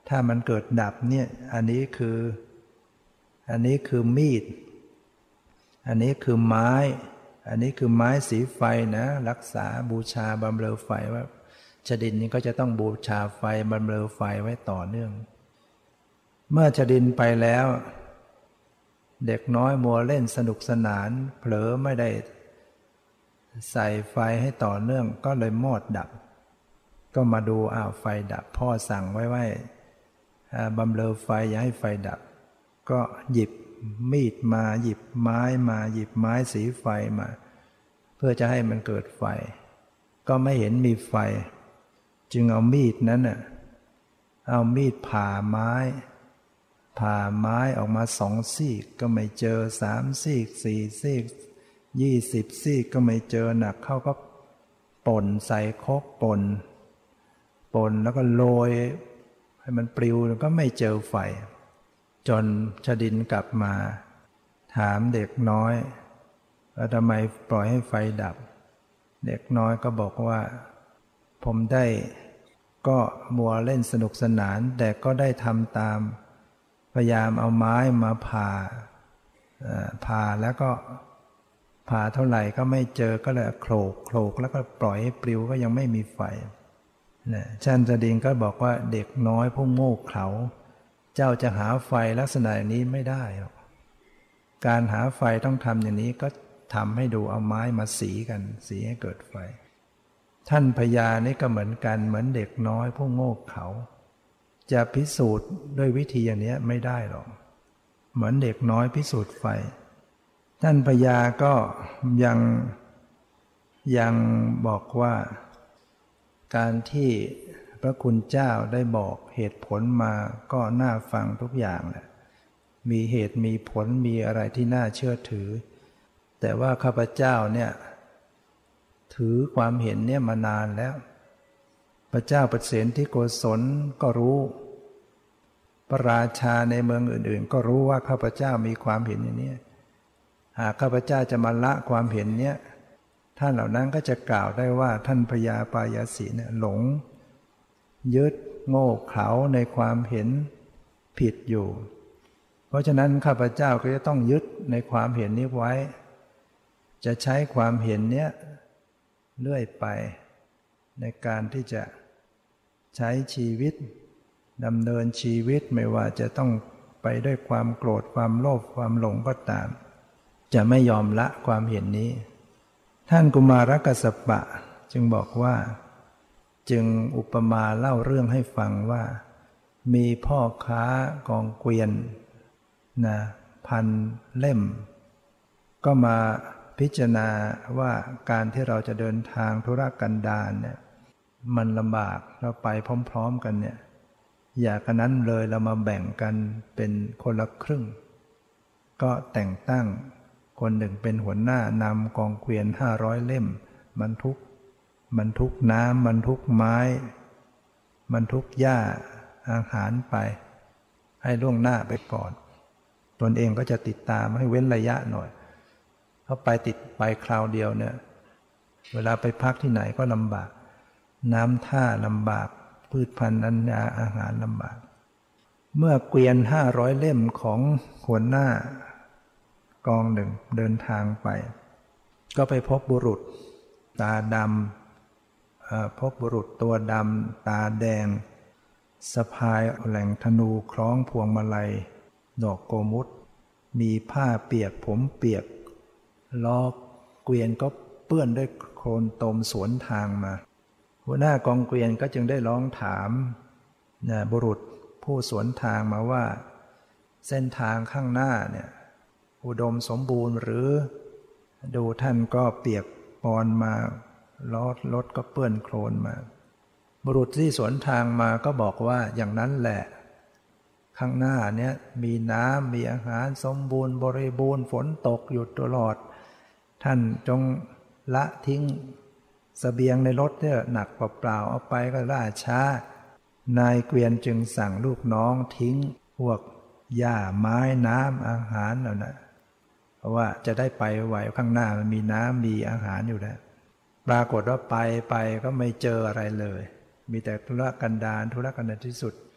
ถ้ามันเกิดดับเนี่ยอันนี้คืออันนี้คือมีดอันนี้คือไม้อันนี้คือไม้สีไฟนะรักษาบูชาบำเรอไฟว่าชดินนี้ก็จะต้องบูชาไฟบำเรอไฟไว้ต่อเนื่องเมื่อชดินไปแล้วเด็กน้อยมัวเล่นสนุกสนานเผลอไม่ได้ใส่ไฟให้ต่อเนื่องก็เลยมอดดับก็มาดูอ้าวไฟดับพ่อสั่งไว้ไว้บำเรอไฟอย่าให้ไฟดับก็หยิบมีดมาหยิบไม้มาหยิบไม้สีไฟมาเพื่อจะให้มันเกิดไฟก็ไม่เห็นมีไฟจึงเอามีดนั้นน่ะเอามีดผ่าไม้ผ่าไม้ออกมาสองซีกก็ไม่เจอสามซีกสี่ซีกยี่สิบซีกก็ไม่เจอหนักเข้าก็ป่นใส่ครกป่นป่นแล้วก็โรยให้มันปลิวแล้วก็ไม่เจอไฟจนชดินกลับมาถามเด็กน้อยว่าทำไมปล่อยให้ไฟดับเด็กน้อยก็บอกว่าผมได้ก็มัวเล่นสนุกสนานแต่ก็ได้ทำตามพยายามเอาไม้มาผ่าผ่าแล้วก็ผ่าเท่าไหร่ก็ไม่เจอก็เลยโขลกโขลกแล้วก็ปล่อยให้ปลิวก็ยังไม่มีไฟนะชันชดินก็บอกว่าเด็กน้อยผู้โง่เขลาเจ้าจะหาไฟลักษณะอย่างนี้ไม่ได้หรอกการหาไฟต้องทำอย่างนี้ก็ทำให้ดูเอาไม้มาสีกันสีให้เกิดไฟท่านพญานี่ก็เหมือนกันเหมือนเด็กน้อยผู้โง่เขลาจะพิสูจน์ด้วยวิธีอย่างนี้ไม่ได้หรอกเหมือนเด็กน้อยพิสูจน์ไฟท่านพญาก็ยังยังบอกว่าการที่พระคุณเจ้าได้บอกเหตุผลมาก็น่าฟังทุกอย่างแหละมีเหตุมีผลมีอะไรที่น่าเชื่อถือแต่ว่าข้าพเจ้าเนี่ยถือความเห็นเนี่ยมานานแล้วพระเจ้าประเสนที่โกศลก็รู้พระราชาในเมืองอื่นๆก็รู้ว่าข้าพเจ้ามีความเห็นอย่างนี้หากข้าพเจ้าจะมาละความเห็นเนี้ยท่านเหล่านั้นก็จะกล่าวได้ว่าท่านพญาปายาสีเนี่ยหลงยึดโง่เขลาในความเห็นผิดอยู่เพราะฉะนั้นข้าพเจ้าก็จะต้องยึดในความเห็นนี้ไว้จะใช้ความเห็นเนี้ยเรื่อยไปในการที่จะใช้ชีวิตดำเนินชีวิตไม่ว่าจะต้องไปด้วยความโกรธความโลภความหลงก็ตามจะไม่ยอมละความเห็นนี้ท่านกุมารกัสสปะจึงบอกว่าจึงอุปมาเล่าเรื่องให้ฟังว่ามีพ่อค้ากองเกวียนนะพันเล่มก็มาพิจารณาว่าการที่เราจะเดินทางธุรกันดารเนี่ยมันลำบากเราไปพร้อมๆกันเนี่ยอย่ากันนั้นเลยเรามาแบ่งกันเป็นคนละครึ่งก็แต่งตั้งคนหนึ่งเป็นหัวหน้านำกองเกวียนห้าร้อยเล่มบรรทุกบรรทุกน้ำบรรทุกไม้บรรทุกหญ้าอาหารไปให้ล่วงหน้าไปก่อนตนเองก็จะติดตามให้เว้นระยะหน่อยเพราะไปติดไปคราวเดียวเนี่ยเวลาไปพักที่ไหนก็ลำบากน้ำท่าลำบากพืชพันธุ์อันยาอาหารลำบากเมื่อเกวียนห้าร้อยเล่มของหัวหน้ากองหนึ่งเดินทางไปก็ไปพบบุรุษตาดำพบบุรุษตัวดำตาแดงสะพายแหล่งธนูคล้องพวงมาลัยดอกโกมุตมีผ้าเปียกผมเปียกล้อเกวียนก็เปื้อนด้วยโคลนตมสวนทางมาหัวหน้ากองเกวียนก็จึงได้ร้องถามนะบุรุษผู้สวนทางมาว่าเส้นทางข้างหน้าเนี่ยอุดมสมบูรณ์หรือดูท่านก็เปียกปอนมาล้อรถก็เปื้อนโคลนมาบุรุษที่สวนทางมาก็บอกว่าอย่างนั้นแหละข้างหน้าเนี่ยมีน้ำมีอาหารสมบูรณ์บริบูรณ์ฝนตกอยู่ตลอดท่านจงละทิ้งเสบียงในรถเนี่ยหนักเปล่าๆเอาไปก็ล่าช้านายเกวียนจึงสั่งลูกน้องทิ้งพวกหญ้าไม้น้ำอาหารแล้วนะเพราะว่าจะได้ไปไหวข้างหน้ามันมีน้ำมีอาหารอยู่แล้วปรากฏว่าไปไปก็ไม่เจออะไรเลยมีแต่ธุรกันดารธุรกันดารที่สุด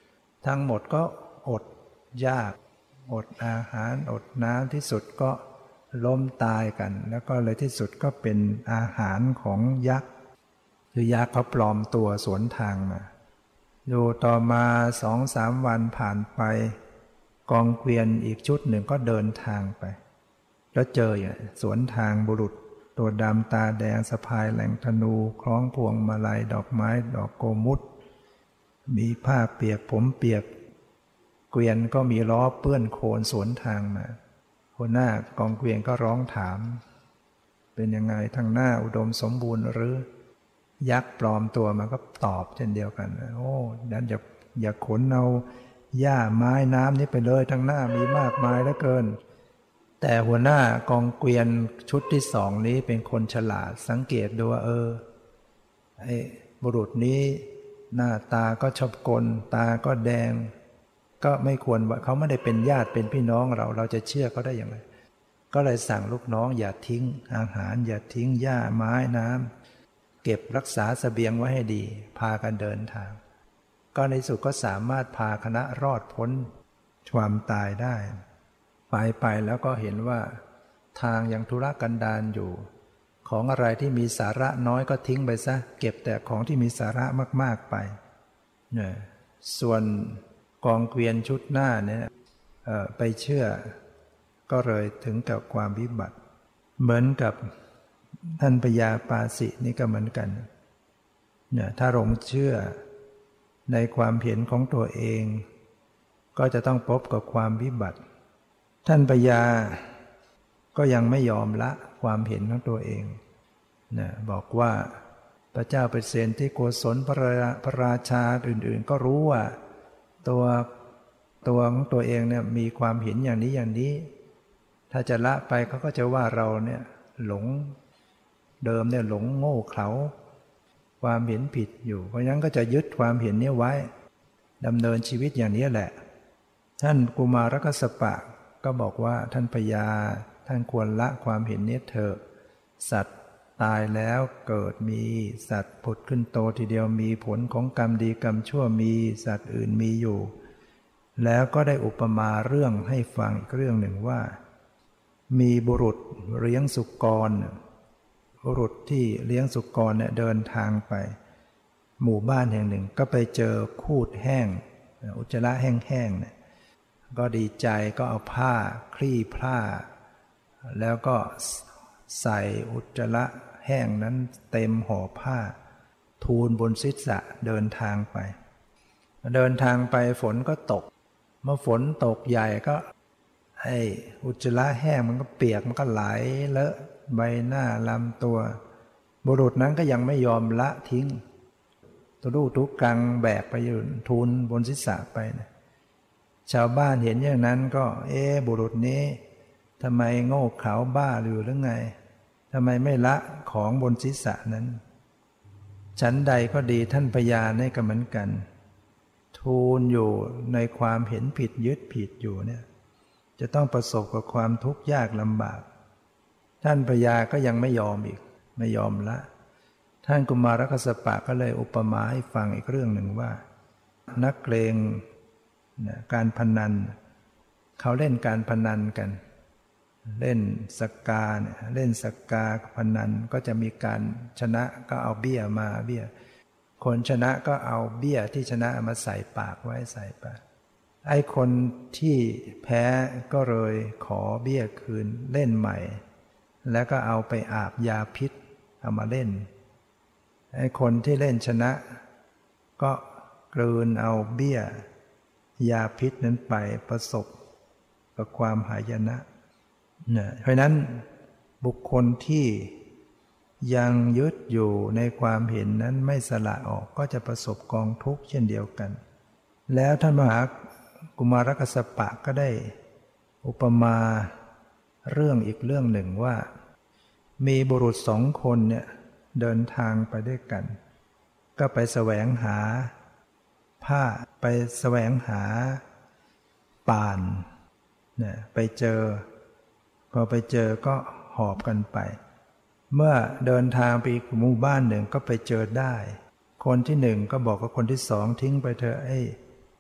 ทั้งหมดก็อดยากอดอาหารอดน้ำที่สุดก็ล้มตายกันแล้วก็เลยที่สุดก็เป็นอาหารของยักษ์คือยักษ์เขาปลอมตัวสวนทางมาอยู่ต่อมาสองสามวันผ่านไปกองเกวียนอีกชุดหนึ่งก็เดินทางไปแล้วเจออยู่สวนทางบุรุษตัวดำตาแดงสะพายแหลงธนูคล้องพวงมาลัยดอกไม้ดอกโกมุตมีผ้าเปียกผมเปียกเกวียนก็มีล้อเปื้อนโคลนสวนทางมาหัวหน้ากองเกวียนก็ร้องถามเป็นยังไงทางหน้าอุดมสมบูรณ์หรือยักษ์ปลอมตัวมาก็ตอบเช่นเดียวกันโอ้ดันอย่าอย่าขนเอาหญ้าไม้น้ำนี้ไปเลยทางหน้ามีมากมายเหลือเกินแต่หัวหน้ากองเกวียนชุดที่สองนี้เป็นคนฉลาดสังเกตดูว่าเออไอ้บุรุษนี้หน้าตาก็ชอบกลตาก็แดงก็ไม่ควรว่าเขาไม่ได้เป็นญาติเป็นพี่น้องเราเราจะเชื่อเขาได้อย่างไรก็เลยสั่งลูกน้องอย่าทิ้งอาหารอย่าทิ้งหญ้าไม้น้ำเก็บรักษาเสบียงไว้ให้ดีพากันเดินทางก็ในสุดก็สามารถพาคณะรอดพ้นความตายได้ไปไปแล้วก็เห็นว่าทางยังทุรกันดารอยู่ของอะไรที่มีสาระน้อยก็ทิ้งไปซะเก็บแต่ของที่มีสาระมากๆไปเนี่ยส่วนกองเกวียนชุดหน้าเนี่ยไปเชื่อก็เลยถึงกับความวิบัติเหมือนกับท่านพญาปาสินี่ก็เหมือนกันเนี่ยถ้าหลงเชื่อในความเห็นของตัวเองก็จะต้องพบกับความวิบัติท่านพญาก็ยังไม่ยอมละความเห็นของตัวเองนะบอกว่าพระเจ้าเปรตเสนที่โกศลพระราพระราชาอื่นๆก็รู้ว่าตัวตัวของตัวเองเนี่ยมีความเห็นอย่างนี้อย่างนี้ถ้าจะละไปเขาก็จะว่าเราเนี่ยหลงเดิมเนี่ยหลงโง่เขลาความเห็นผิดอยู่เพราะฉะนั้นก็จะยึดความเห็นนี้ไว้ดำเนินชีวิตอย่างนี้แหละท่านกุมารกัสสปะก็บอกว่าท่านพญาท่านควรละความเห็นนี้เถอะสัตว์ตายแล้วเกิดมีสัตว์ผุดขึ้นโตทีเดียวมีผลของกรรมดีกรรมชั่วมีสัตว์อื่นมีอยู่แล้วก็ได้อุปมาเรื่องให้ฟังอีกเรื่องหนึ่งว่ามีบุรุษเลี้ยงสุกรบุรุษที่เลี้ยงสุกรเนี่ยเดินทางไปหมู่บ้านแห่งหนึ่งก็ไปเจอคูดแห้งอุจจาระแห้งๆเนี่ยก็ดีใจก็เอาผ้าคลี่ผ้าแล้วก็ใส่อุจจาระแห้งนั้นเต็มห่อผ้าทูลบนศีรษะเดินทางไปเดินทางไปฝนก็ตกเมื่อฝนตกใหญ่ก็ไอ้อุจจาระแห้งมันก็เปียกมันก็ไหลเลอะใบหน้าลำตัวบุรุษนั้นก็ยังไม่ยอมละทิ้งตัวลูกทุกกังแบกไปอยู่ทูลบนศีรษะไปนะชาวบ้านเห็นอย่างนั้นก็เอ๊ะบุรุษนี้ทำไมโง่เขลาบ้าหรือหรือไงทำไมไม่ละของบนศีรษะนั้นฉันใดก็ดีท่านพญาเนี่ยก็เหมือนกันทูลอยู่ในความเห็นผิดยึดผิดอยู่เนี่ยจะต้องประสบกับความทุกข์ยากลำบากท่านพญาก็ยังไม่ยอมอีกไม่ยอมละท่านกุมารกัสสปะก็เลยอุปมาให้ฟังอีกเรื่องหนึ่งว่านักเลงการพนันเขาเล่นการพนันกันเล่นสกกาเนี่ยเล่นสกกาพนันก็จะมีการชนะก็เอาเบี้ยมาเบี้ยคนชนะก็เอาเบี้ยที่ชนะมาใส่ปากไว้ใส่ปากไอ้คนที่แพ้ก็เลยขอเบี้ยคืนเล่นใหม่แล้วก็เอาไปอาบยาพิษเอามาเล่นไอ้คนที่เล่นชนะก็กลืนเอาเบี้ยยาพิษนั้นไปประสบกับความหายนะเนี่ยเพราะนั้นบุคคลที่ยังยึดอยู่ในความเห็นนั้นไม่สละออกก็จะประสบกองทุกข์เช่นเดียวกันแล้วท่านมหากุมารกัสสปะก็ได้อุปมาเรื่องอีกเรื่องหนึ่งว่ามีบุรุษสองคนเนี่ยเดินทางไปด้วยกันก็ไปแสวงหาผ้าไปแสวงหาป่านเนี่ยไปเจอพอไปเจอก็หอบกันไปเมื่อเดินทางไปอีกหมู่บ้านหนึ่งก็ไปเจอได้คนที่หนึ่งก็บอกกับคนที่สองทิ้งไปเถอะไอ้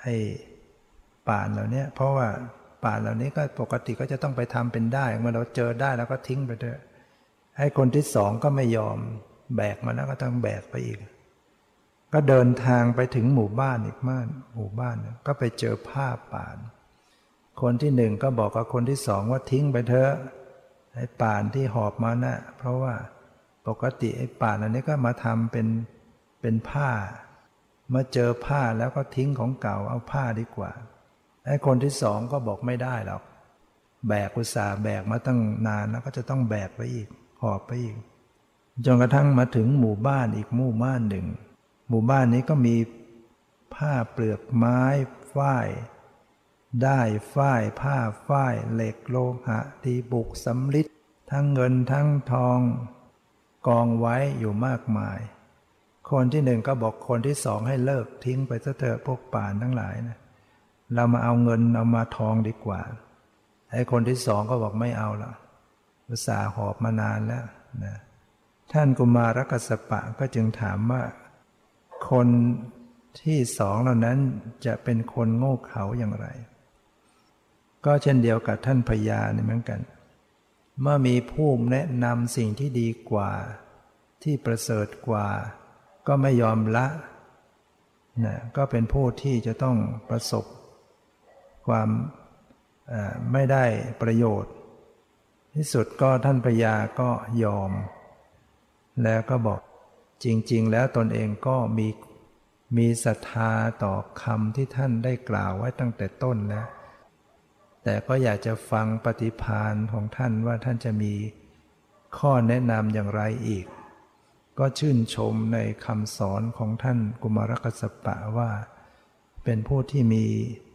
ไอ้ป่านเหล่านี้เพราะว่าป่านเหล่านี้ก็ปกติก็จะต้องไปทำเป็นได้เมื่อเราเจอได้แล้วก็ทิ้งไปเถอะให้คนที่สองก็ไม่ยอมแบกมาแล้วก็ต้องแบกไปอีกก็เดินทางไปถึงหมู่บ้านอีกบ้านหมู่บ้านก็ไปเจอผ้าป่านคนที่หนึ่งก็บอกกับคนที่สองว่าทิ้งไปเถอะไอ้ป่านที่หอบมาน่ะเพราะว่าปกติไอ้ป่านอันนี้ก็มาทำเป็นเป็นผ้าเมื่อเจอผ้าแล้วก็ทิ้งของเก่าเอาผ้าดีกว่าไอ้คนที่สองก็บอกไม่ได้หรอกแบกอุตส่าห์แบกมาตั้งนานแล้วก็จะต้องแบกไปอีกหอบไปอีกจนกระทั่งมาถึงหมู่บ้านอีกหมู่บ้านหนึ่งหมู่บ้านนี้ก็มีผ้าเปลือกไม้ฝ้ายได้ฝ้ายผ้าฝ้ายเหล็กโลหะดีบุกสำริดทั้งเงินทั้งทองกองไว้อยู่มากมายคนที่หนึ่งก็บอกคนที่สองให้เลิกทิ้งไปซะเถอะพวกป่านทั้งหลายนะเรามาเอาเงินเอามาทองดีกว่าไอ้คนที่สองก็บอกไม่เอาละอุตส่าห์หอบมานานแล้วนะท่านกุมารกัสสปะก็จึงถามว่าคนที่สองเหล่านั้นจะเป็นคนโง่เขลาอย่างไรก็เช่นเดียวกับท่านพญานี่เหมือนกันเมื่อมีผู้แนะนำสิ่งที่ดีกว่าที่ประเสริฐกว่าก็ไม่ยอมละนะก็เป็นผู้ที่จะต้องประสบความไม่ได้ประโยชน์ที่สุดก็ท่านพญาก็ยอมแล้วก็บอกจริงๆแล้วตนเองก็มีมีศรัทธาต่อคำที่ท่านได้กล่าวไว้ตั้งแต่ต้นแล้วแต่ก็อยากจะฟังปฏิภาณของท่านว่าท่านจะมีข้อแนะนำอย่างไรอีกก็ชื่นชมในคำสอนของท่านกุมารกัสสปะว่าเป็นผู้ที่มี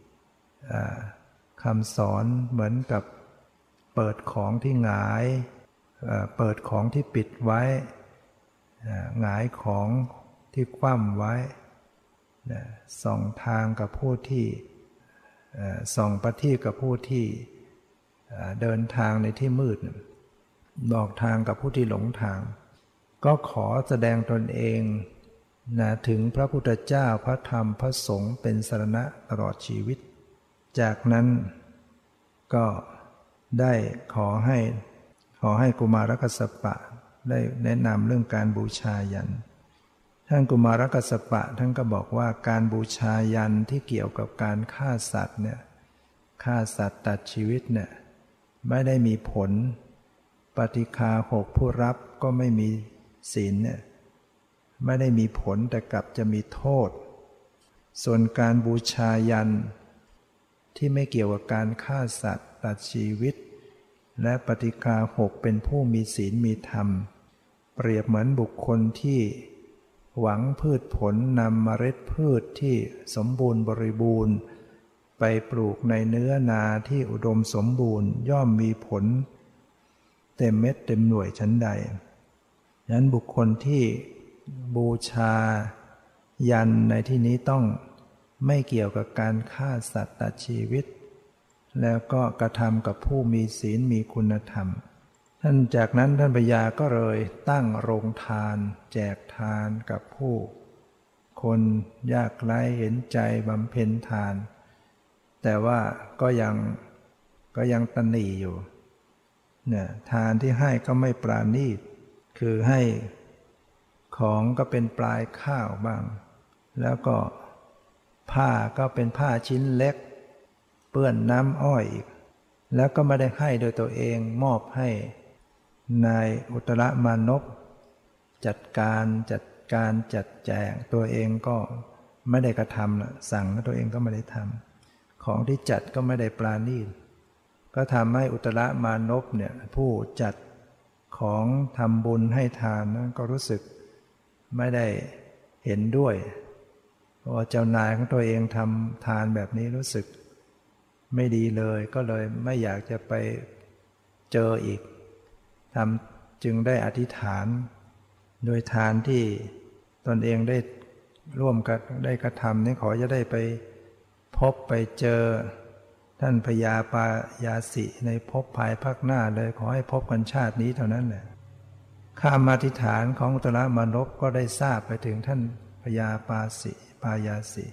คำสอนเหมือนกับเปิดของที่หงายเปิดของที่ปิดไว้หงายของที่คว่ำไว้ส่องทางกับผู้ที่ส่องประทีปกับผู้ที่เดินทางในที่มืดบอกทางกับผู้ที่หลงทางก็ขอแสดงตนเองนะถึงพระพุทธเจ้าพระธรรมพระสงฆ์เป็นสรณะตลอดชีวิตจากนั้นก็ได้ขอให้ขอให้กุมารกัสสปะได้แนะนำเรื่องการบูชายัญท่านกุมารกัสสปะท่านก็บอกว่าการบูชายัญที่เกี่ยวกับการฆ่าสัตว์เนี่ยฆ่าสัตว์ตัดชีวิตเนี่ยไม่ได้มีผลปฏิฆาหกผู้รับก็ไม่มีศีลเนี่ยไม่ได้มีผลแต่กลับจะมีโทษส่วนการบูชายัญที่ไม่เกี่ยวกับการฆ่าสัตว์ตัดชีวิตและปฏิฆาหกเป็นผู้มีศีลมีธรรมเปรียบเหมือนบุคคลที่หวังพืชผลนำเมล็ดพืชที่สมบูรณ์บริบูรณ์ไปปลูกในเนื้อนาที่อุดมสมบูรณ์ย่อมมีผลเต็มเม็ดเต็มหน่วยชั้นใดนั้นบุคคลที่บูชายัญในที่นี้ต้องไม่เกี่ยวกับการฆ่าสัตว์ตัดชีวิตแล้วก็กระทำกับผู้มีศีลมีคุณธรรมท่านจากนั้นท่านพญาก็เลยตั้งโรงทานแจกทานกับผู้คนยากไร้เห็นใจบำเพ็ญทานแต่ว่าก็ยังก็ยังตนีอยู่เนี่ยทานที่ให้ก็ไม่ปราณีตคือให้ของก็เป็นปลายข้าวบ้างแล้วก็ผ้าก็เป็นผ้าชิ้นเล็กเปื้อนน้ำอ้อยอีกแล้วก็ไม่ได้ให้โดยตัวเองมอบให้นายอุตรมานพจัดการจัดการจัดแจงตัวเองก็ไม่ได้กระทำละสั่งแล้วตัวเองก็ไม่ได้ทำของที่จัดก็ไม่ได้ปราณีตก็ทำให้อุตรมานพเนี่ยผู้จัดของทำบุญให้ทานนั้นก็รู้สึกไม่ได้เห็นด้วยเพราะเจ้านายของตัวเองทำทานแบบนี้รู้สึกไม่ดีเลยก็เลยไม่อยากจะไปเจออีกทำจึงได้อธิษฐานโดยทานที่ตนเองได้ร่วมกันได้กระทำนี้ขอจะได้ไปพบไปเจอท่านพญาปายาสิในภพภายภาคหน้าเลยขอให้พบกันชาตินี้เท่านั้นแหละคำอธิษฐานของอุตรมานพก็ได้ทราบไปถึงท่านพญาปาสิปายาสิ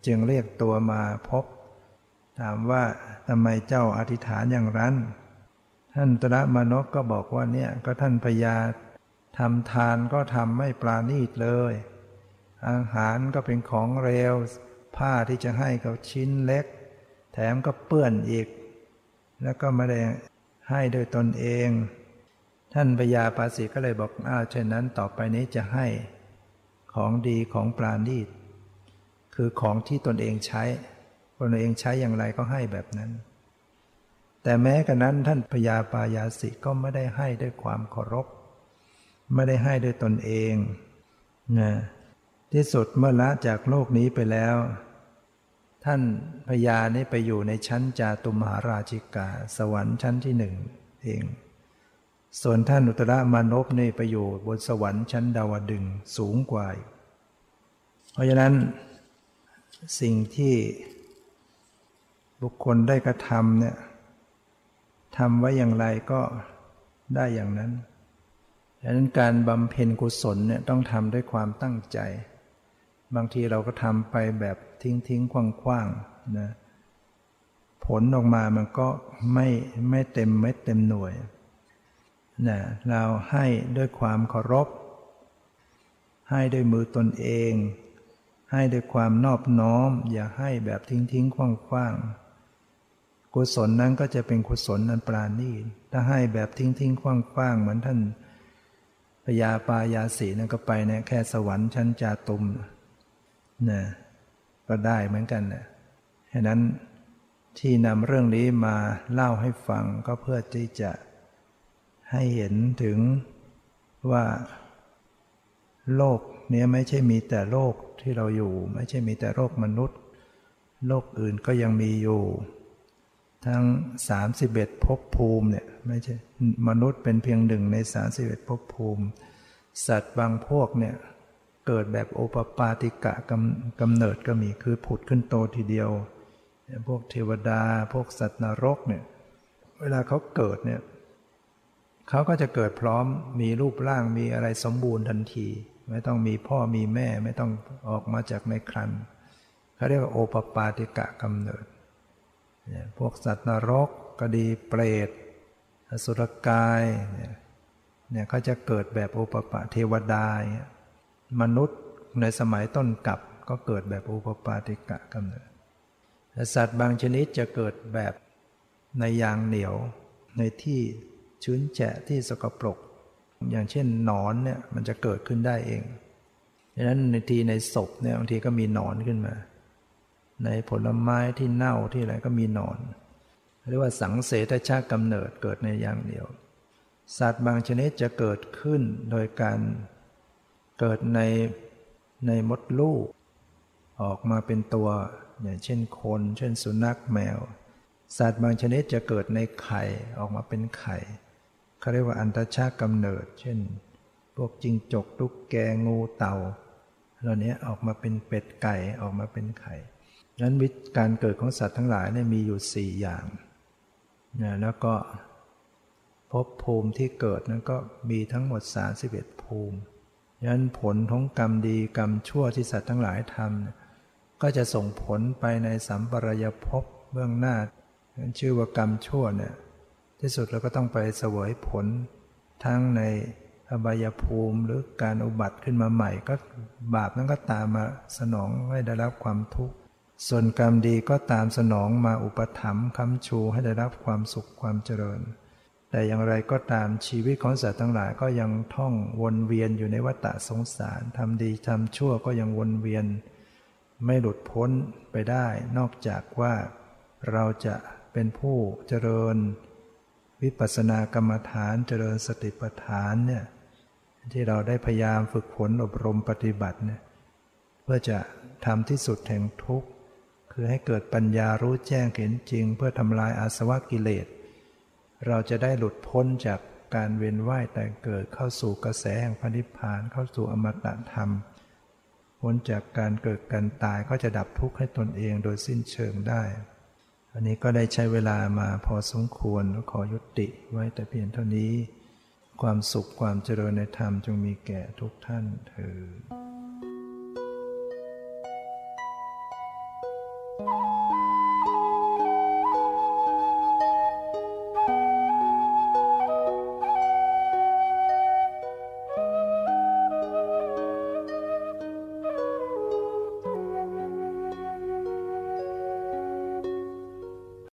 จึงเรียกตัวมาพบถามว่าทำไมเจ้าอธิษฐานอย่างนั้นท่านอุตรมานพก็บอกว่าเนี่ยก็ท่านพญาทำทานก็ทำไม่ปราณีตเลยอาหารก็เป็นของเร็วผ้าที่จะให้ก็ชิ้นเล็กแถมก็เปื้อนอีกแล้วก็ไม่ได้ให้โดยตนเองท่านพญาปาสีก็เลยบอกอ้าวเช่นนั้นต่อไปนี้จะให้ของดีของปราณีตคือของที่ตนเองใช้ตนเองใช้อย่างไรก็ให้แบบนั้นแต่แม้กระนั้นท่านพญาปายาสิก็ไม่ได้ให้ด้วยความเคารพไม่ได้ให้ด้วยตนเองนะที่สุดเมื่อละจากโลกนี้ไปแล้วท่านพญานี้ไปอยู่ในชั้นจาตุมหาราชิกาสวรรค์ชั้นที่หนึ่งเองส่วนท่านอุตรมานพนี่ไปอยู่บนสวรรค์ชั้นดาวดึงส์สูงกว่าเพราะฉะนั้นสิ่งที่บุคคลได้กระทำเนี่ยทำไว้อย่างไรก็ได้อย่างนั้นดังนั้นการบำเพ็ญกุศลเนี่ยต้องทำด้วยความตั้งใจบางทีเราก็ทำไปแบบทิ้งทิ้งคว่างคว่างนะผลออกมามันก็ไม่ไม่เต็มไม่เต็มหน่วยนะเราให้ด้วยความเคารพให้ด้วยมือตนเองให้ด้วยความนอบน้อมอย่าให้แบบทิ้งทิ้งคว่างคว่างกุศลนั้นก็จะเป็นกุศลอันปราณีตถ้าให้แบบทิ้งทิ้งคว่างคว่างเหมือนท่านพญาปายาสีนั่นก็ไปเนี่ยแค่สวรรค์ชั้นจาตุมนะก็ได้เหมือนกันนะฉะนั้นที่นำเรื่องนี้มาเล่าให้ฟังก็เพื่อที่จะให้เห็นถึงว่าโลกนี้ไม่ใช่มีแต่โลกที่เราอยู่ไม่ใช่มีแต่โลกมนุษย์โลกอื่นก็ยังมีอยู่ทั้งสามสิบเอ็ดภพภูมิเนี่ยไม่ใช่มนุษย์เป็นเพียงหนึ่งในสามสิบเอ็ดภพภูมิสัตว์บางพวกเนี่ยเกิดแบบโอปปาติกะกำกำเนิดก็มีคือผุดขึ้นโตทีเดียวพวกเทวดาพวกสัตว์นรกเนี่ยเวลาเขาเกิดเนี่ยเขาก็จะเกิดพร้อมมีรูปร่างมีอะไรสมบูรณ์ทันทีไม่ต้องมีพ่อมีแม่ไม่ต้องออกมาจากในครรภ์เขาเรียกว่าโอปปาติกะกำเนิดพวกสัตว์นรกก็ดีเปรตอสุรกายเนี่ยเขาจะเกิดแบบโอปปาเทวดามนุษย์ในสมัยต้นกลับก็เกิดแบบโอปปาติกะกำเนิดแต่สัตว์บางชนิดจะเกิดแบบในยางเหนียวในที่ชื้นแฉะที่สกปรกอย่างเช่นหนอนเนี่ยมันจะเกิดขึ้นได้เองดังนั้นในทีในศพเนี่ยบางทีก็มีหนอนขึ้นมาในผลไม้ที่เน่าที่อะไรก็มีหนอนเรียกว่าสังเสทชาติกำเนิดเกิดในอย่างเดียวสัตว์บางชนิดจะเกิดขึ้นโดยการเกิดในในมดลูกออกมาเป็นตัวอย่างเช่นคนเช่นสุนัขแมวสัตว์บางชนิดจะเกิดในไข่ออกมาเป็นไข่เขาเรียกว่าอันตชาติกำเนิดเช่นพวกจิ้งจกตุ๊กแกงูเต่าเหล่านี้ออกมาเป็นเป็ดไก่ออกมาเป็นไข่นั้นวิธีการเกิดของสัตว์ทั้งหลายเนี่ยมีอยู่สี่อย่างนะแล้วก็ภพภูมิที่เกิดนั้นก็มีทั้งหมดสามสิบเอ็ดภูมิดังนั้นผลของกรรมดีกรรมชั่วที่สัตว์ทั้งหลายทำก็จะส่งผลไปในสัมปรายภพเบื้องหน้าชื่อว่ากรรมชั่วเนี่ยที่สุดเราก็ต้องไปเสวยผลทั้งในอบายภูมิหรือการอุบัติขึ้นมาใหม่ก็บาปนั้นก็ตามมาสนองให้ได้รับความทุกข์ส่วนกรรมดีก็ตามสนองมาอุปถัมภ์ค้ำชูให้ได้รับความสุขความเจริญแต่อย่างไรก็ตามชีวิตของสัตว์ทั้งหลายก็ยังท่องวนเวียนอยู่ในวัฏสงสารทำดีทำชั่วก็ยังวนเวียนไม่หลุดพ้นไปได้นอกจากว่าเราจะเป็นผู้เจริญวิปัสสนากรรมฐานเจริญสติปัฏฐานเนี่ยที่เราได้พยายามฝึกฝนอบรมปฏิบัติเนี่ยเพื่อจะทำที่สุดแห่งทุกข์คือให้เกิดปัญญารู้แจ้งเห็นจริงเพื่อทำลายอาสวะกิเลสเราจะได้หลุดพ้นจากการเวียนว่ายแต่เกิดเข้าสู่กระแสแห่งพระนิพพานเข้าสู่อมตะธรรมพ้นจากการเกิดการตายก็จะดับทุกข์ให้ตนเองโดยสิ้นเชิงได้อันนี้ก็ได้ใช้เวลามาพอสมควรขอยุติไว้แต่เพียงเท่านี้ความสุขความเจริญในธรรมจงมีแก่ทุกท่านเทอญ